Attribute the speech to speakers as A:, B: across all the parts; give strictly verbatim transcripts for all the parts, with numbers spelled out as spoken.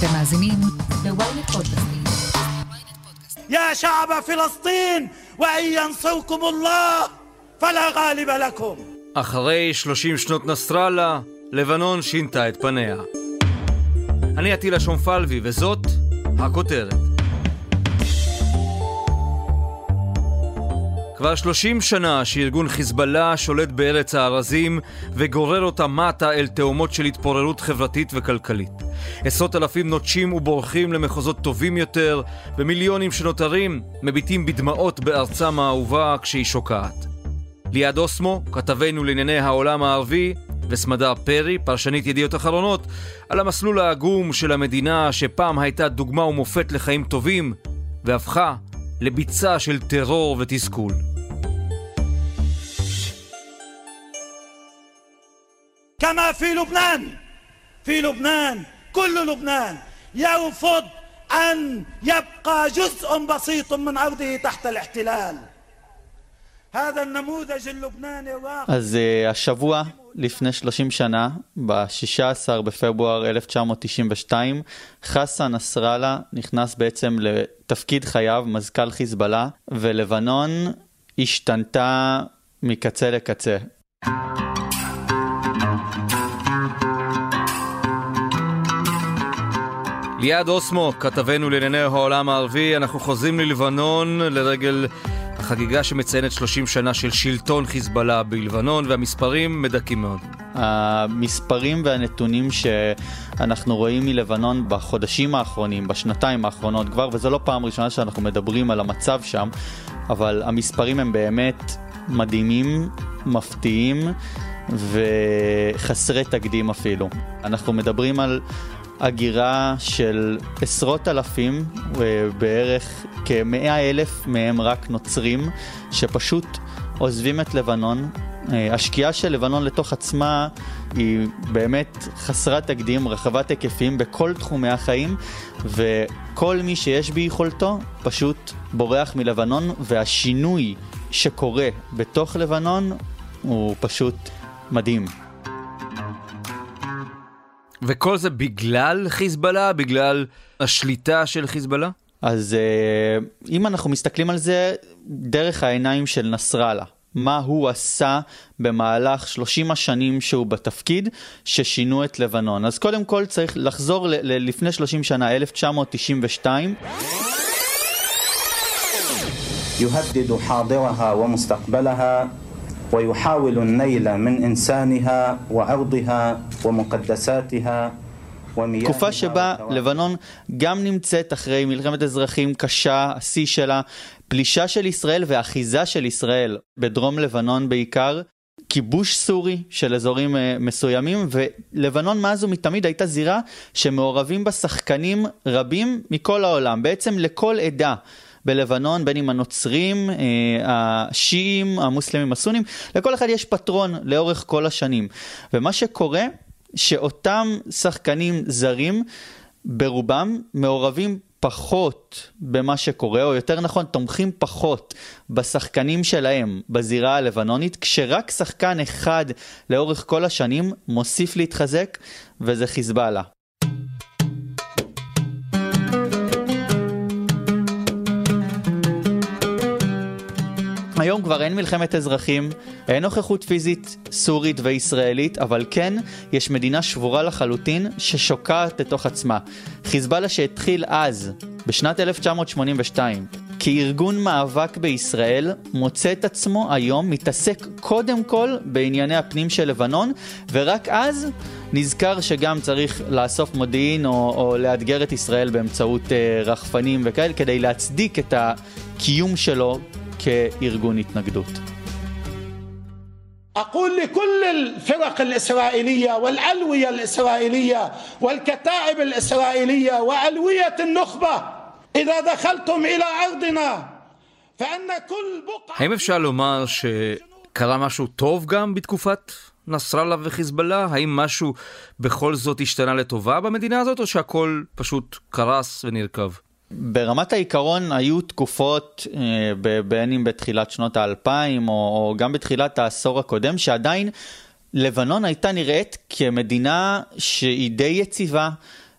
A: אתם מאזינים ל-ynet פודקאסטים.
B: يا شعب فلسطين وإن ينصركم الله فلا غالب لكم.
C: אחרי שלושים שנות נסראללה, לבנון שינתה את פניה. אני עטילה שומפלבי, וזאת הכותרת. כבר שלושים שנה שארגון חיזבאללה שולט בארץ הארזים וגורר אותה מטה אל תאומות של התפוררות חברתית וכלכלית. עשרות אלפים נוטשים ובורחים למחוזות טובים יותר, ומיליונים שנותרים מביטים בדמעות בארצם האהובה כשהיא שוקעת. ליעד אוסמו, כתבנו לענייני העולם הערבי, וסמדר פרי, פרשנית ידיעות אחרונות, על המסלול העגום של המדינה שפעם הייתה דוגמה ומופת לחיים טובים, והפכה לביצה של טרור ותסכול.
B: كما في لبنان في لبنان كل لبنان يرفض أن يبقى جزء بسيط من أرضه تحت الاحتلال. هذا النموذج اللبناني الراقي.
D: אז השבוע לפני שלושים שנה, ב-שישה עשר בפברואר אלף תשע מאות תשעים ושתיים, חסן נסראללה נכנס בעצם לתפקיד חייו, מזכ"ל חיזבאללה, ולבנון השתנתה מקצה לקצה.
C: ליעד אוסמו, כתבנו לענייני העולם הערבי, אנחנו חוזרים ללבנון לרגל החגיגה שמציינת שלושים שנה של שלטון חיזבאללה בלבנון, והמספרים מדקים מאוד.
D: המספרים והנתונים שאנחנו רואים מלבנון בחודשים האחרונים, בשנתיים האחרונות כבר, וזו לא פעם ראשונה שאנחנו מדברים על המצב שם, אבל המספרים הם באמת מדהימים, מפתיעים וחסרי תקדים אפילו. אנחנו מדברים על הגירה של עשרות אלפים, ובערך כמאה אלף מהם רק נוצרים, שפשוט עוזבים את לבנון. השקיעה של לבנון לתוך עצמה היא באמת חסרת תקדים, רחבת היקפים בכל תחומי החיים, וכל מי שיש ביכולתו פשוט בורח מלבנון, והשינוי שקורה בתוך לבנון הוא פשוט מדהים.
C: וכל זה בגלל חיזבאללה? בגלל השליטה של חיזבאללה?
D: אז אם אנחנו מסתכלים על זה דרך העיניים של נסראללה, מה הוא עשה במהלך שלושים השנים שהוא בתפקיד ששינו את לבנון. אז קודם כל צריך לחזור ל- ל- לפני שלושים שנה, אלף תשע מאות תשעים ושתיים.
E: يهدد حاضرها ومستقبلها ويحاول النيل من إنسانها وأرضها ومقدساتها.
D: תקופה שבה לבנון גם נמצאת אחרי מלחמת אזרחים קשה, השיא שלה, פלישה של ישראל ואחיזה של ישראל בדרום לבנון בעיקר, כיבוש סורי של אזורים מסוימים, ולבנון מאז ומתמיד הייתה זירה שמעורבים בה שחקנים רבים מכל העולם, בעצם לכל עדה בלבנון, בין אם הנוצרים, השיעים, המוסלמים, הסונים, לכל אחד יש פטרון לאורך כל השנים. ומה שקורה, שאותם שחקנים זרים ברובם מעורבים פחות במה שקורה, או יותר נכון תומכים פחות בשחקנים שלהם בזירה הלבנונית, כשרק שחקן אחד לאורך כל השנים מוסיף להתחזק, וזה חיזבאללה. היום כבר אין מלחמת אזרחים, אין נוכחות פיזית סורית וישראלית, אבל כן יש מדינה שבורה לחלוטין ששוקעת לתוך עצמה. חיזבאללה שהתחיל אז, בשנת אלף תשע מאות שמונים ושתיים, כארגון מאבק בישראל, מוצא את עצמו היום מתעסק קודם כל בענייני הפנים של לבנון, ורק אז נזכר שגם צריך לאסוף מודיעין או, או לאתגר את ישראל באמצעות uh, רחפנים וכאלה, כדי להצדיק את הקיום שלו כארגון התנגדות.
B: أقول لكل الفرق الإسرائيلية والألوية الإسرائيلية والكتائب الإسرائيلية وألوية النخبة إذا دخلتم إلى أرضنا فإن كل بقعة.
C: האם אפשר לומר שקרה משהו טוב גם בתקופת נסראללה וחיזבאללה? האם משהו בכל זאת השתנה לטובה במדינה הזאת, או שהכל פשוט קרס ונרכב?
D: ברמת העיקרון היו תקופות, בין אם בתחילת שנות האלפיים או, או גם בתחילת העשור הקודם, שעדיין לבנון הייתה נראית כמדינה שהיא די יציבה,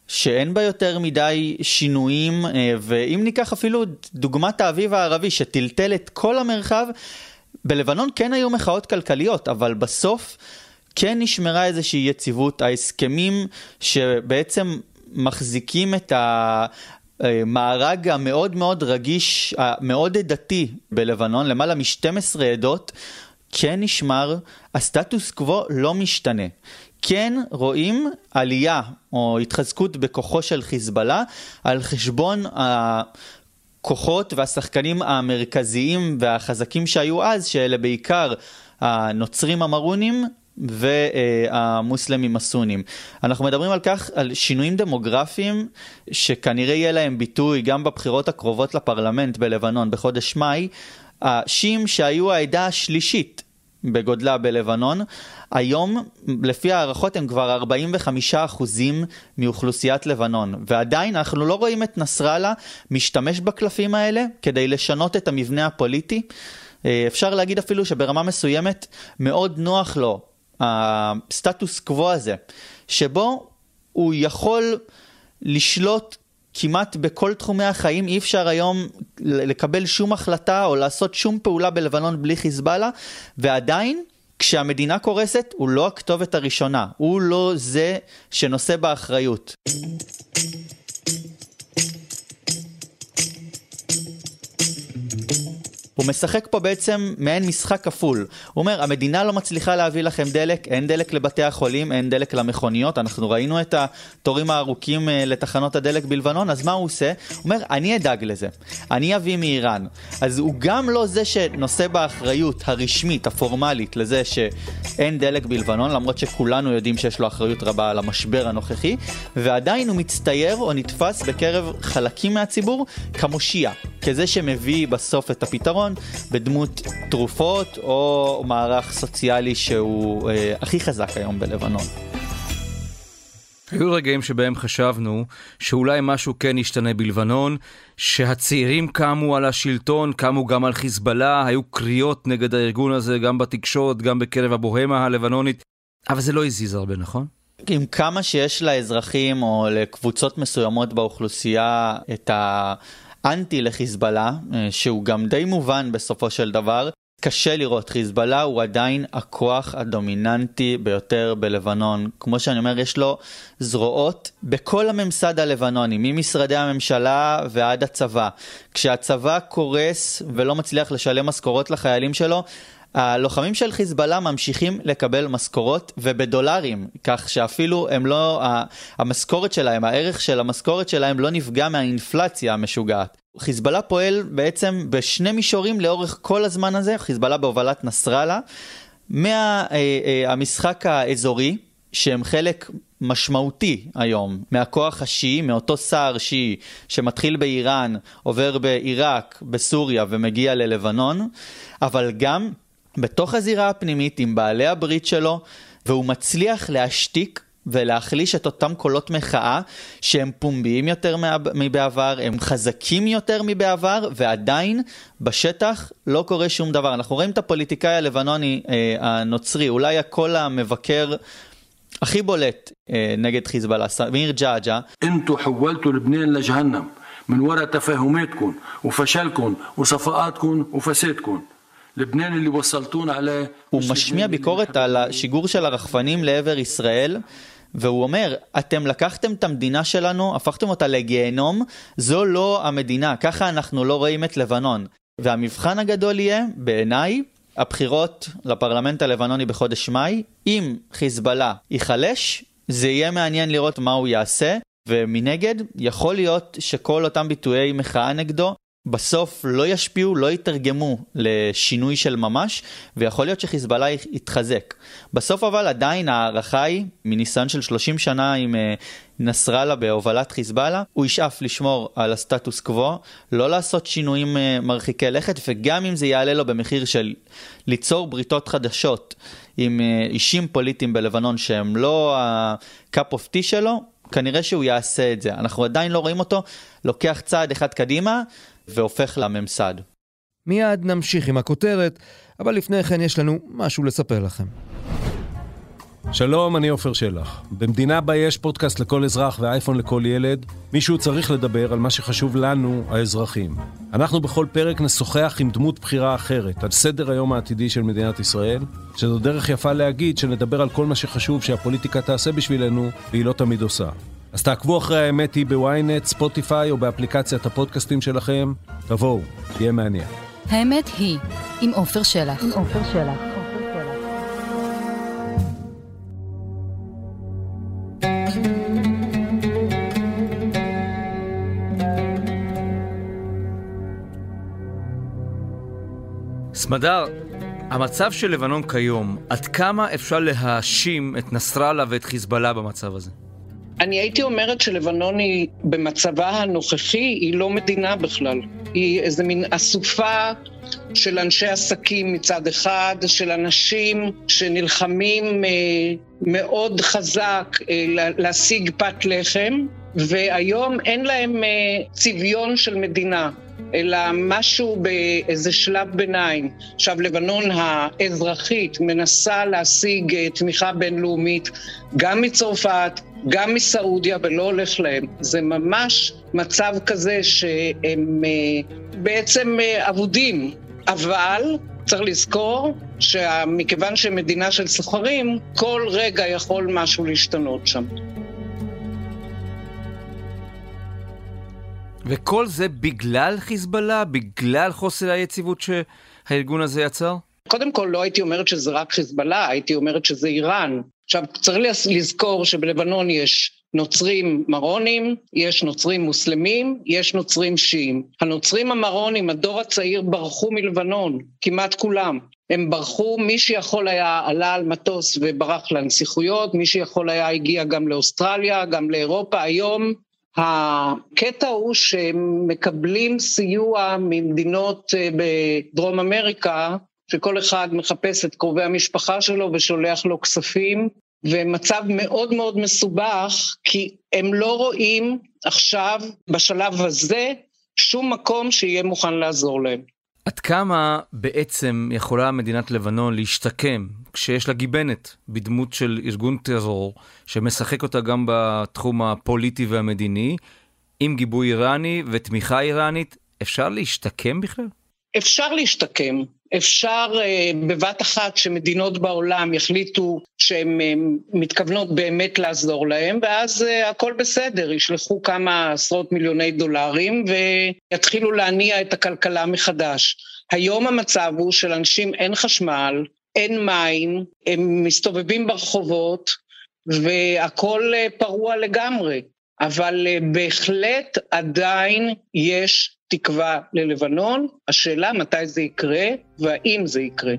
D: שאין בה יותר מדי שינויים, ואם ניקח אפילו דוגמת האביב הערבי שטלטל את כל המרחב, בלבנון כן היו מחאות כלכליות, אבל בסוף כן נשמרה איזושהי יציבות. ההסכמים שבעצם מחזיקים את המארג המאוד מאוד רגיש, המאוד עדתי בלבנון, למעלה מ-שתים עשרה עדות, כן נשמר, הסטטוס קוו לא משתנה. כן רואים עלייה או התחזקות בכוחו של חיזבאללה על חשבון הכוחות והשחקנים המרכזיים והחזקים שהיו אז, שאלה בעיקר הנוצרים המרונים והמוסלמים הסונים. אנחנו מדברים על כך, על שינויים דמוגרפיים שכנראה יהיה להם ביטוי גם בבחירות הקרובות לפרלמנט בלבנון בחודש מאי. השיעים שהיו העדה השלישית בגודלה בלבנון, היום לפי הערכות הם כבר ארבעים וחמישה אחוזים מאוכלוסיית לבנון, ועדיין אנחנו לא רואים את נסראללה משתמש בקלפים האלה כדי לשנות את המבנה הפוליטי. אפשר להגיד אפילו שברמה מסוימת מאוד נוח לו הסטטוס קוו הזה, שבו הוא יכול לשלוט כמעט בכל תחומי החיים. אי אפשר היום לקבל שום החלטה או לעשות שום פעולה בלבנון בלי חיזבאללה, ועדיין כשהמדינה קורסת הוא לא הכתובת הראשונה, הוא לא זה שנושא באחריות. הוא משחק פה בעצם מעין משחק כפול. הוא אומר, המדינה לא מצליחה להביא לכם דלק, אין דלק לבתי החולים, אין דלק למכוניות, אנחנו ראינו את התורים הארוכים לתחנות הדלק בלבנון, אז מה הוא עושה? הוא אומר, אני אדאג לזה, אני אביא מאיראן. אז הוא גם לא זה שנושא באחריות הרשמית, הפורמלית, לזה שאין דלק בלבנון, למרות שכולנו יודעים שיש לו אחריות רבה על המשבר הנוכחי, ועדיין הוא מצטייר או נתפס בקרב חלקים מהציבור כמושיע, כזה שמביא בסוף את הפתרון, בדמות תרופות או מערך סוציאלי שהוא אה, הכי חזק היום בלבנון.
C: היו רגעים שבהם חשבנו שאולי משהו כן ישתנה בלבנון, שהצעירים קמו על השלטון, קמו גם על חיזבאללה, היו קריאות נגד הארגון הזה גם בתקשורת, גם בקרב הבוהמה הלבנונית, אבל זה לא הזיז הרבה, נכון?
D: עם כמה שיש לאזרחים או לקבוצות מסוימות באוכלוסייה את ה... אנטי לחיזבאללה, שהוא גם די מובן בסופו של דבר, קשה לראות. חיזבאללה הוא עדיין הכוח הדומיננטי ביותר בלבנון. כמו שאני אומר, יש לו זרועות בכל הממסד הלבנוני, ממשרדי הממשלה ועד הצבא. כשהצבא קורס ולא מצליח לשלם משכורות לחיילים שלו, הלוחמים של חיזבאללה ממשיכים לקבל משכורות ובדולרים, כך שאפילו הם לא, המשכורת שלהם, הערך של המשכורת שלהם לא נפגע מהאינפלציה המשוגעת. חיזבאללה פועל בעצם בשני מישורים לאורך כל הזמן הזה. חיזבאללה בהובלת נסראללה, מהמשחק האזורי, שהם חלק משמעותי היום מהכוח השיעי, מאותו סער שיעי שמתחיל באיראן, עובר בעיראק, בסוריה ומגיע ללבנון, אבל גם בתוך הזירה הפנימית עם בעלי הברית שלו, והוא מצליח להשתיק ולהחליש את אותם קולות מחאה שהם פומביים יותר מבעבר, הם חזקים יותר מבעבר, ועדיין בשטח לא קורה שום דבר. אנחנו רואים את הפוליטיקאי הלבנוני אה, הנוצרי, אולי הקול המבקר הכי בולט אה, נגד חיזבאללה, סמיר ג'עג'ע.
F: انتو حولتوا لبنان لجهنم من وراء تفاهماتكم وفشلكم وصفقاتكم وفسادكم.
D: הוא משמיע ביקורת על השיגור של הרחפנים לעבר ישראל, והוא אומר, אתם לקחתם את המדינה שלנו, הפכתם אותה לגיהנום, זו לא המדינה, ככה אנחנו לא רואים את לבנון. והמבחן הגדול יהיה, בעיניי, הבחירות לפרלמנט הלבנוני בחודש מאי. אם חיזבאללה ייחלש, זה יהיה מעניין לראות מה הוא יעשה, ומנגד יכול להיות שכל אותם ביטויי מחאה נגדו בסוף לא ישפיעו, לא יתרגמו לשינוי של ממש, ויכול להיות שחיזבאללה יתחזק. בסוף אבל עדיין הערכה היא, מניסיון של שלושים שנה עם נסראללה בהובלת חיזבאללה, הוא ישאף לשמור על הסטטוס קוו, לא לעשות שינויים מרחיקי לכת, וגם אם זה יעלה לו במחיר של ליצור בריתות חדשות עם אישים פוליטיים בלבנון שהם לא ה-cup of tea שלו, כנראה שהוא יעשה את זה. אנחנו עדיין לא רואים אותו, לוקח צעד אחד קדימה, והופך לממסד.
C: מיד נמשיך עם הכותרת, אבל לפני כן יש לנו משהו לספר לכם.
G: שלום, אני עופר שלח. במדינה בה יש פודקאסט לכל אזרח ואייפון לכל ילד, מישהו צריך לדבר על מה שחשוב לנו, האזרחים. אנחנו בכל פרק נשוחח עם דמות בחירה אחרת, על סדר היום העתידי של מדינת ישראל, שזו דרך יפה להגיד שנדבר על כל מה שחשוב שהפוליטיקה תעשה בשבילנו, והיא לא תמיד עושה. אז תעקבו אחרי האמת היא בוויינט, ספוטיפיי או באפליקציית הפודקאסטים שלכם. תבואו, תהיה מעניין.
A: האמת היא, עם עופר שלח. עם עופר שלח.
C: סמדר, המצב של לבנון כיום, עד כמה אפשר להאשים את נסראללה ואת חיזבאללה במצב הזה?
H: אני הייתי אומרת שלבנון היא במצבה הנוכחי, היא לא מדינה בכלל. היא איזה מין אסופה של אנשי עסקים מצד אחד, של אנשים שנלחמים אה, מאוד חזק אה, להשיג פת לחם, והיום אין להם אה, צביון של מדינה, אלא משהו באיזה שלב ביניים. עכשיו, לבנון האזרחית מנסה להשיג אה, תמיכה בינלאומית, גם מצרפת, גם מסעודיה, ולא הולך להם. זה ממש מצב כזה שהם בעצם עבודים, אבל צריך לזכור שמכיוון שמדינה של סוחרים, כל רגע יכול משהו להשתנות שם.
C: וכל זה בגלל חיזבאללה, בגלל חוסר היציבות שהארגון הזה יצר?
H: קודם כל לא הייתי אומרת שזה רק חיזבאללה, הייתי אומרת שזה איראן. עכשיו, צריך לזכור שבלבנון יש נוצרים מרונים, יש נוצרים מוסלמים, יש נוצרים שיעים. הנוצרים המרונים, הדור הצעיר, ברחו מלבנון, כמעט כולם. הם ברחו, מי שיכול היה עלה על מטוס וברח לנסיכויות, מי שיכול היה הגיע גם לאוסטרליה, גם לאירופה. היום הקטע הוא שהם מקבלים סיוע ממדינות בדרום אמריקה, שכל אחד מחפש את קרובי המשפחה שלו ושולח לו כספים, ומצב מאוד מאוד מסובך, כי הם לא רואים עכשיו, בשלב הזה, שום מקום שיהיה מוכן לעזור להם.
C: עד כמה בעצם יכולה מדינת לבנון להשתקם, כשיש לה גיבנת בדמות של ארגון טרור, שמשחק אותה גם בתחום הפוליטי והמדיני, עם גיבוי איראני ותמיכה איראנית, אפשר להשתקם בכלל? אפשר
H: להשתקם. אפשר uh, בבת אחת שמדינות בעולם יחליטו שהן uh, מתכוונות באמת לעזור להם, ואז uh, הכל בסדר, ישלחו כמה עשרות מיליוני דולרים ויתחילו להניע את הכלכלה מחדש. היום המצב הוא שלאנשים אין חשמל, אין מים, הם מסתובבים ברחובות והכל uh, פרוע לגמרי, אבל uh, בהחלט עדיין יש תקווה ללבנון. השאלה מתי זה יקרה והאם זה יקרה.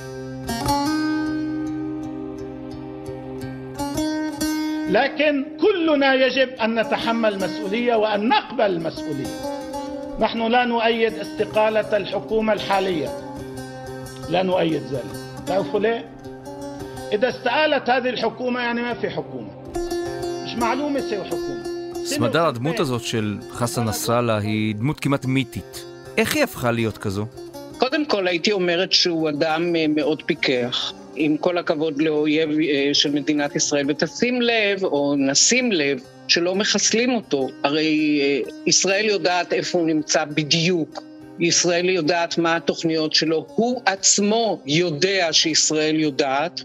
B: لكن كلنا يجب أن نتحمل مسؤولية وأن نقبل مسؤولية. نحن لا نؤيد استقالة الحكومة الحالية، لا نؤيد ذلك. تعرفوا ليه؟ إذا استقالت هذه الحكومة يعني ما في حكومة، مش معلومة سوى حكومة.
C: סמדר, הדמות הזאת של חסן נסראללה היא דמות כמעט מיתית. איך היא הפכה להיות כזו?
H: קודם כל הייתי אומרת שהוא אדם מאוד פיקח, עם כל הכבוד לאויב של מדינת ישראל, ותשים לב או נשים לב שלא מחסלים אותו. הרי ישראל יודעת איפה הוא נמצא בדיוק, ישראל יודעת מה התוכניות שלו, הוא עצמו יודע שישראל יודעת.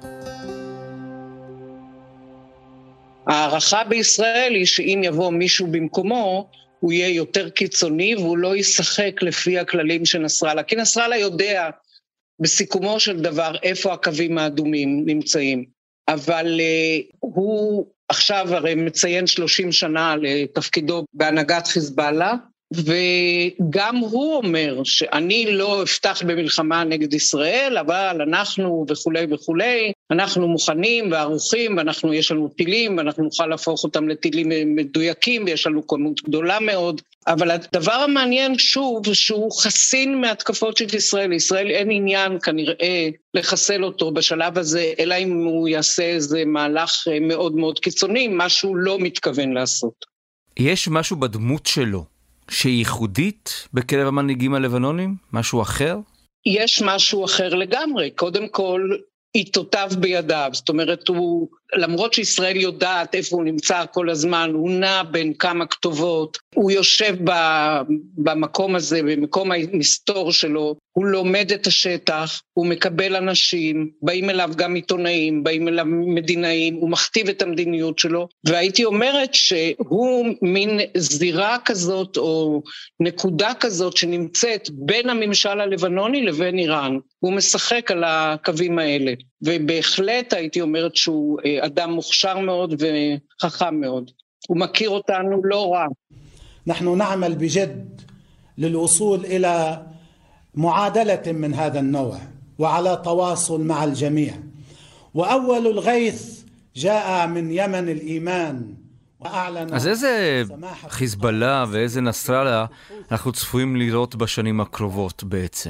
H: הערכה בישראל היא שאם יבוא מישהו במקומו, הוא יהיה יותר קיצוני, והוא לא ישחק לפי הכללים של נסראללה. כי נסראללה יודע בסיכומו של דבר איפה הקווים האדומים נמצאים. אבל uh, הוא עכשיו הרי מציין שלושים שנה לתפקידו בהנהגת חיזבאללה, וגם הוא אומר שאני לא אפתח במלחמה נגד ישראל, אבל אנחנו וכולי וכולי, אנחנו מוכנים וערוכים, ואנחנו יש לנו טילים, ואנחנו נוכל להפוך אותם לטילים מדויקים, ויש לנו כמות גדולה מאוד. אבל הדבר המעניין שוב, שהוא חסין מהתקפות של ישראל. ישראל אין עניין כנראה לחסל אותו בשלב הזה, אלא אם הוא יעשה איזה מהלך מאוד מאוד קיצוני, מה שהוא לא מתכוון לעשות.
C: יש משהו בדמות שלו שהיא ייחודית בקרב המנהיגים הלבנונים? משהו אחר?
H: יש משהו אחר לגמרי. קודם כל, עיתותיו בידיו, זאת אומרת, הוא, למרות שישראל יודעת איפה הוא נמצא כל הזמן, הוא נע בין כמה כתובות, הוא יושב במקום הזה, במקום המסתור שלו, הוא לומד את השטח, הוא מקבל אנשים, באים אליו גם עיתונאים, באים אליו מדינאים, הוא מכתיב את המדיניות שלו, והייתי אומרת שהוא מין זירה כזאת, או נקודה כזאת שנמצאת בין הממשל הלבנוני לבין איראן, הוא משחק על הקווים האלה, ובהחלט הייתי אומרת שהוא אדם מוכשר מאוד וחכם מאוד, הוא מכיר אותנו לא רע.
B: אנחנו נעمل بجد للوصول إلى معادلة من هذا النوع وعلى تواصل مع الجميع وأول الغيث جاء من يمن الإيمان.
C: אז איזה חיזבאללה ואיזה נסראללה אנחנו צפויים לראות בשנים הקרובות בעצם?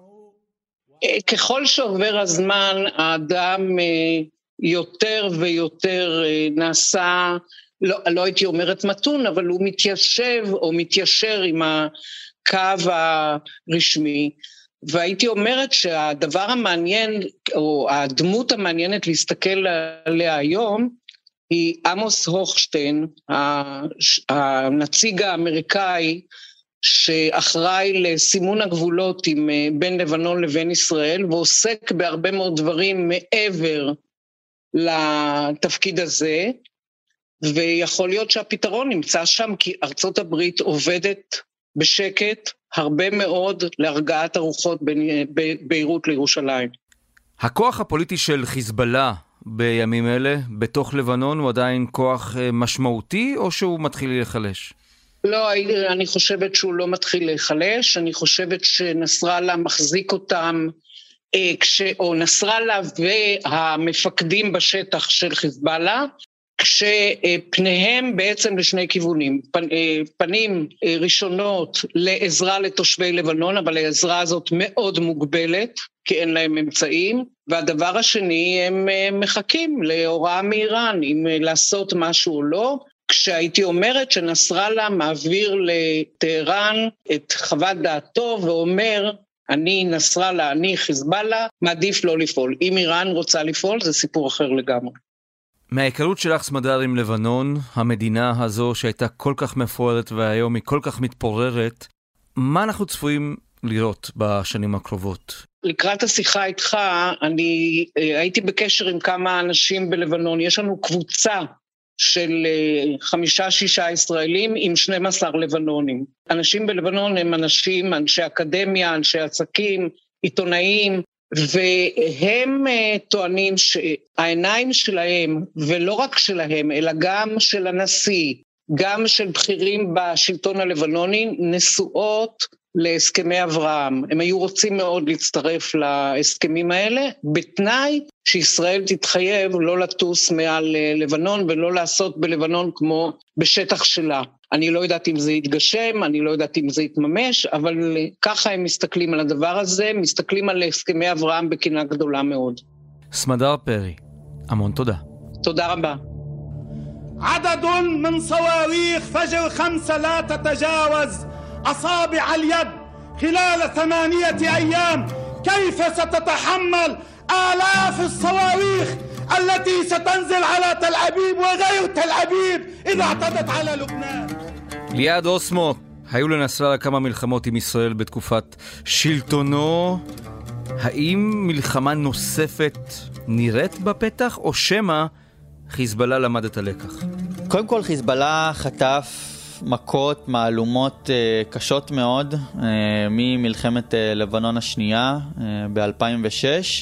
H: ככל שעובר הזמן, האדם יותר ויותר נעשה, לא, לא הייתי אומרת מתון, אבל הוא מתיישב או מתיישר עם הקו הרשמי, והייתי אומרת שהדבר המעניין, או הדמות המעניינת להסתכל עליה היום, היא עמוס הוכשטיין, הנציג האמריקאי, שאחראי לסימון הגבולות עם, בין לבנון לבין ישראל, ועוסק בהרבה מאוד דברים מעבר לתפקיד הזה, ויכול להיות שהפתרון נמצא שם, כי ארצות הברית עובדת בשקט הרבה מאוד להרגעת הרוחות בין ביירות לירושלים. הכוח
C: הפוליטי של חיזבאללה בימים אלה, בתוך לבנון, הוא עדיין כוח משמעותי, או שהוא מתחיל להיחלש?
H: לא, אני חושבת שהוא לא מתחיל להיחלש, אני חושבת שנסראללה מחזיק אותם, כש, או נסראללה והמפקדים בשטח של חיזבאללה, כשפניהם בעצם לשני כיוונים, פנים ראשונות לעזרה לתושבי לבנון, אבל העזרה הזאת מאוד מוגבלת, כי אין להם אמצעים, והדבר השני, הם מחכים להוראה מאיראן, אם לעשות משהו או לא, כשהייתי אומרת שנסראללה מעביר לטהרן את חוות דעתו ואומר, אני נסראללה, אני חיזבאללה, מעדיף לא לפעול. אם איראן רוצה לפעול, זה סיפור אחר לגמרי.
C: מההיכרות שלך סמדר עם לבנון, המדינה הזו שהייתה כל כך מפוארת והיום היא כל כך מתפוררת, מה אנחנו צפויים לראות בשנים הקרובות?
H: לקראת השיחה איתך, אני הייתי בקשר עם כמה אנשים בלבנון, יש לנו קבוצה של חמישה, שישה ישראלים עם שנים עשר לבנונים. אנשים בלבנון הם אנשים, אנשי אקדמיה, אנשי עסקים, עיתונאים, והם טוענים שהעיניים שלהם, ולא רק שלהם, אלא גם של הנשיא, גם של בכירים בשלטון הלבנוני, נשואות להסכמי אברהם. הם היו רוצים מאוד להצטרף להסכמים האלה, בתנאי שישראל תתחייב לא לטוס מעל לבנון, ולא לעשות בלבנון כמו בשטח שלה. אני לא יודעת אם זה יתגשם, אני לא יודעת אם זה יתממש, אבל ככה הם מסתכלים על הדבר הזה, מסתכלים על הסכמי אברהם בקינה גדולה מאוד.
C: סמדר פרי, המון תודה.
H: תודה רבה.
B: عدد من صواريخ فجر خمسة لا تتجاوز أصابع اليد خلال ثمانية أيام. كيف ستتحمل آلاف الصواريخ التي ستنزل على تل أبيب وغير تل أبيب إذا اعتدت على لبنان؟
C: ליד אוסמו היו לנסראללה כמה מלחמות עם ישראל בתקופת שלטונו. האם מלחמה נוספת נראית בפתח, או שמה חיזבאללה למד את הלקח?
D: קודם כל, חיזבאללה חטף מכות, מהלומות קשות מאוד ממלחמת לבנון השנייה ב-אלפיים ושש,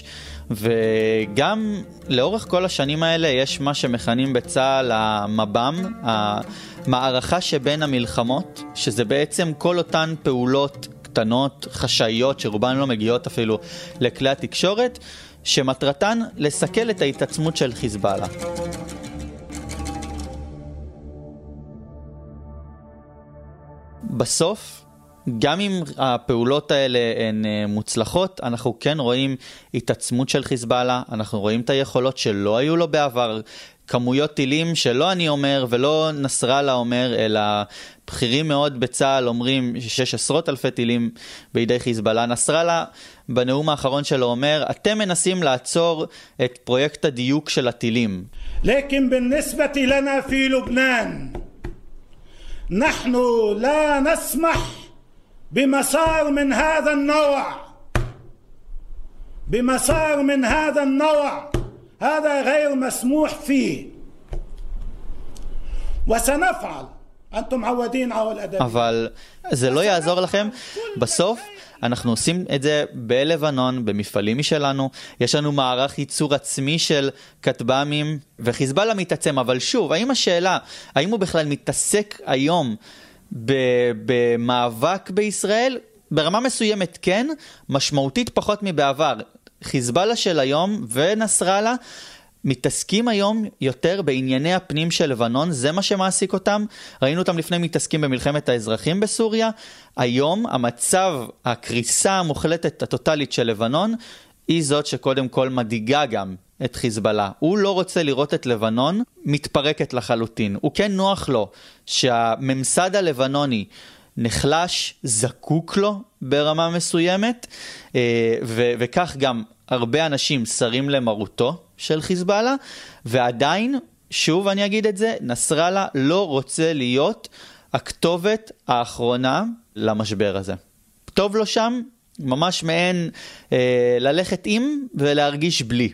D: וגם לאורך כל השנים האלה יש מה שמכנים בצה"ל המב"ם, המערכה שבין המלחמות, שזה בעצם כל אותן פעולות קטנות, חשאיות, שרובן לא מגיעות אפילו לכלי התקשורת, שמטרתן לסכל את ההתעצמות של חיזבאללה. בסוף, גם אם הפעולות האלה הן מוצלחות, אנחנו כן רואים התעצמות של חיזבאללה, אנחנו רואים את היכולות שלא היו לו בעבר, כמויות טילים שלא אני אומר ולא נסראללה אומר, אלא בכירים מאוד בצה"ל אומרים שיש עשרות אלפי טילים בידי חיזבאללה. נסראללה בנאום האחרון שלו אומר, אתם מנסים לעצור את פרויקט הדיוק של הטילים.
B: لكن بالنسبة لنا في لبنان نحن لا نسمح بمسار من هذا النوع بمسار من هذا النوع هذا غير مسموح فيه وسنفعل أنتم عودين على الأدب.
D: אבל זה לא יעזור לכם. בסוף אנחנו עושים את זה בלבנון, במפעלים משלנו, יש לנו מערך ייצור עצמי של כטב"מים, וחיזבאללה מתעצם. אבל שוב, האם השאלה, האם הוא בכלל מתעסק היום במאבק בישראל? ברמה מסוימת כן, משמעותית פחות מבעבר. חיזבאללה של היום ונסראללה מתעסקים היום יותר בענייני הפנים של לבנון, זה מה שמעסיק אותם. ראינו אותם לפני מתעסקים במלחמת האזרחים בסוריה. היום המצב, הקריסה המוחלטת הטוטלית של לבנון, היא זאת שקודם כל מדאיגה גם את חיזבאללה. הוא לא רוצה לראות את לבנון מתפרקת לחלוטין. הוא כן נוח לו שהממסד הלבנוני נחלש, זקוק לו ברמה מסוימת, ו- וכך גם הרבה אנשים שרים למרותו של חיזבאללה, ועדיין, שוב אני אגיד את זה, נסראללה לא רוצה להיות הכתובת האחרונה למשבר הזה. טוב לו שם, ממש מעין אה, ללכת עם ולהרגיש בלי.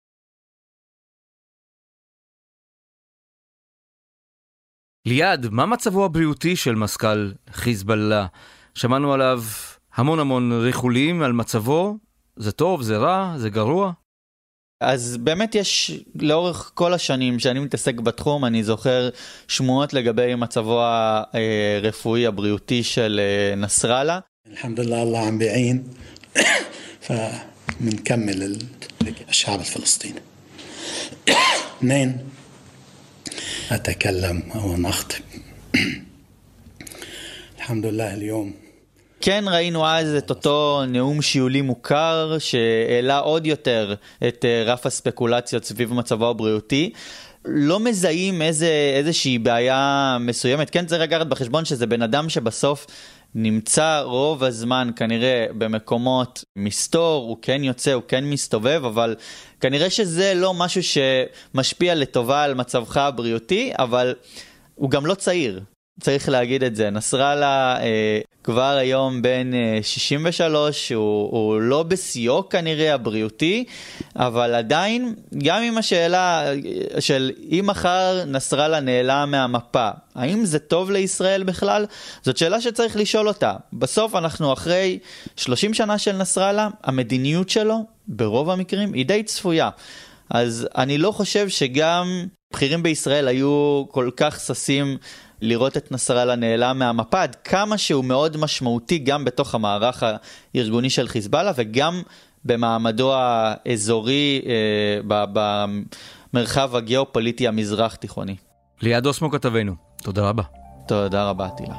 C: ליעד, מה מצבו הבריאותי של מזכ"ל חיזבאללה? שמענו עליו המון המון ריחולים על מצבו, זה טוב, זה רע, זה גרוע?
D: אז באמת יש לאורך כל השנים שאני מתעסק בתחום, אני זוכר שמועות לגבי מצבו הרפואי הבריאותי של נסראללה.
I: אלחמדולillah, Allah عم بيعين فمنكمل الشعب الفلسطيني. اثنين أتكلم أو نخطب. الحمد لله اليوم.
D: כן, ראינו אז את אותו נאום שיולי מוכר שהעלה עוד יותר את רף הספקולציות סביב מצבו הבריאותי. לא מזהים איזה, איזושהי בעיה מסוימת. כן, צריך לקחת בחשבון שזה בן אדם שבסוף נמצא רוב הזמן כנראה במקומות מסתור, הוא כן יוצא, הוא כן מסתובב, אבל כנראה שזה לא משהו שמשפיע לטובה על מצבך הבריאותי, אבל הוא גם לא צעיר. צריך להגיד את זה. נסראללה אה, כבר היום בין אה, שישים ושלוש, הוא, הוא לא בשיאו כנראה הבריאותי, אבל עדיין, גם עם השאלה של אם מחר נסראללה נעלם מהמפה, האם זה טוב לישראל בכלל? זאת שאלה שצריך לשאול אותה. בסוף אנחנו אחרי שלושים שנה של נסראללה, המדיניות שלו ברוב המקרים היא די צפויה. אז אני לא חושב שגם בכירים בישראל היו כל כך ססים לראות את נסראללה נעלם מהמפה, עד כמה שהוא מאוד משמעותי גם בתוך המערך הארגוני של חיזבאללה, וגם במעמדו האזורי אה, במרחב הגיאופוליטי המזרח תיכוני.
C: ליעד אוסמו כתבנו, תודה רבה.
D: תודה רבה, תילה.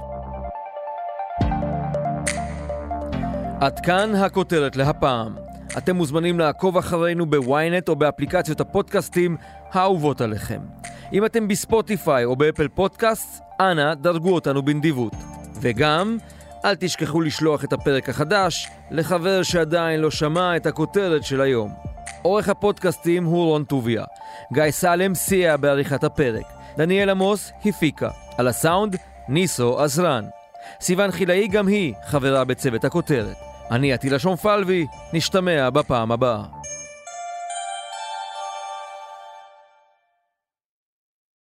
C: עד כאן הכותרת להפעם. אתם מוזמנים לעקוב אחרינו בוויינט או באפליקציות הפודקאסטים האהובות עליכם. אם אתם בספוטיפיי או באפל פודקאסט, אנא דרגו אותנו בנדיבות. וגם, אל תשכחו לשלוח את הפרק החדש לחבר שעדיין לא שמע את הכותרת של היום. עורך הפודקאסטים הוא רון טוביה. גיא סלם סייע בעריכת הפרק. דניאל עמוס הפיקה. על הסאונד, ניסו עזרן. סיוון חילאי גם היא חברה בצוות הכותרת. אני עטילה שומפלבי, נשתמע בפעם הבאה.